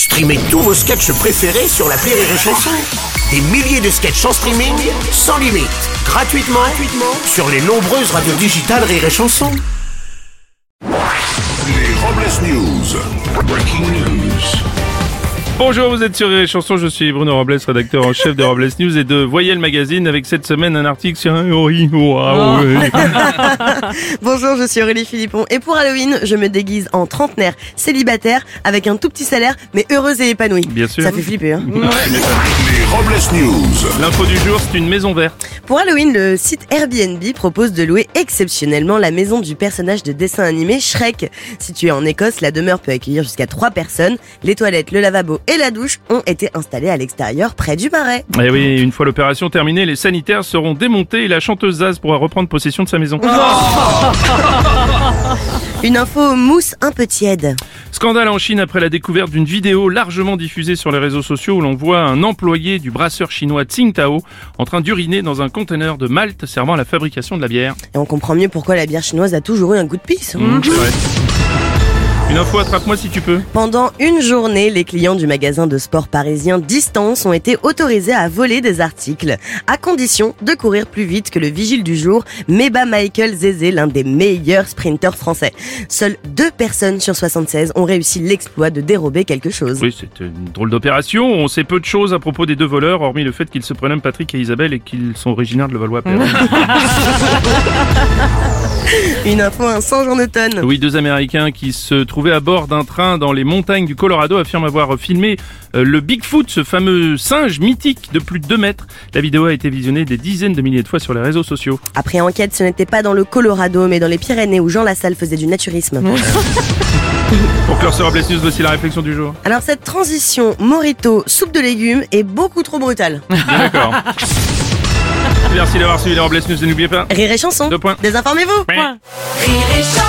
Streamez tous vos sketchs préférés sur l'appli Rire et Chanson. Des milliers de sketchs en streaming, sans limite, gratuitement sur les nombreuses radios digitales Rire et Chanson. Les Robles News. Breaking news. Bonjour, vous êtes sur Rire et Chanson, je suis Bruno Robles, rédacteur en chef de Robles News et de Voyelle Magazine, avec cette semaine un article sur un Bonjour, je suis Aurélie Philippon et pour Halloween, je me déguise en trentenaire célibataire avec un tout petit salaire mais heureuse et épanouie. Bien sûr. Ça fait flipper, hein. Les Robles News. L'info du jour, c'est une maison verte. Pour Halloween, le site Airbnb propose de louer exceptionnellement la maison du personnage de dessin animé Shrek. Située en Écosse, la demeure peut accueillir jusqu'à 3 personnes. Les toilettes, le lavabo et la douche ont été installés à l'extérieur près du marais. Et oui, une fois l'opération terminée, les sanitaires seront démontés et la chanteuse Zaz pourra reprendre possession de sa maison. Une info mousse un peu tiède. Scandale en Chine après la découverte d'une vidéo largement diffusée sur les réseaux sociaux où l'on voit un employé du brasseur chinois Tsingtao en train d'uriner dans un conteneur de malt servant à la fabrication de la bière. Et on comprend mieux pourquoi la bière chinoise a toujours eu un goût de pisse. C'est vrai. Une info, attrape-moi si tu peux. Pendant une journée, les clients du magasin de sport parisien Distance ont été autorisés à voler des articles, à condition de courir plus vite que le vigile du jour, Meba Michael Zézé, l'un des meilleurs sprinteurs français. Seules 2 personnes sur 76 ont réussi l'exploit de dérober quelque chose. Oui, c'est une drôle d'opération. On sait peu de choses à propos des 2 voleurs, hormis le fait qu'ils se prénomment Patrick et Isabelle et qu'ils sont originaires de Levallois-Perret. Une info un singe en automne. Oui, 2 Américains qui se trouvaient à bord d'un train dans les montagnes du Colorado affirment avoir filmé le Bigfoot, ce fameux singe mythique de plus de 2 mètres. La vidéo a été visionnée des dizaines de milliers de fois sur les réseaux sociaux. Après enquête, ce n'était pas dans le Colorado, mais dans les Pyrénées où Jean Lassalle faisait du naturisme. Pour clore ce Robles News, voici la réflexion du jour. Alors cette transition Morito, soupe de légumes est beaucoup trop brutale. Bien d'accord. Merci d'avoir suivi les Robles News et n'oubliez pas... Rire et Chanson. 2 points. Désinformez-vous. Ouais. Rire et Chanson.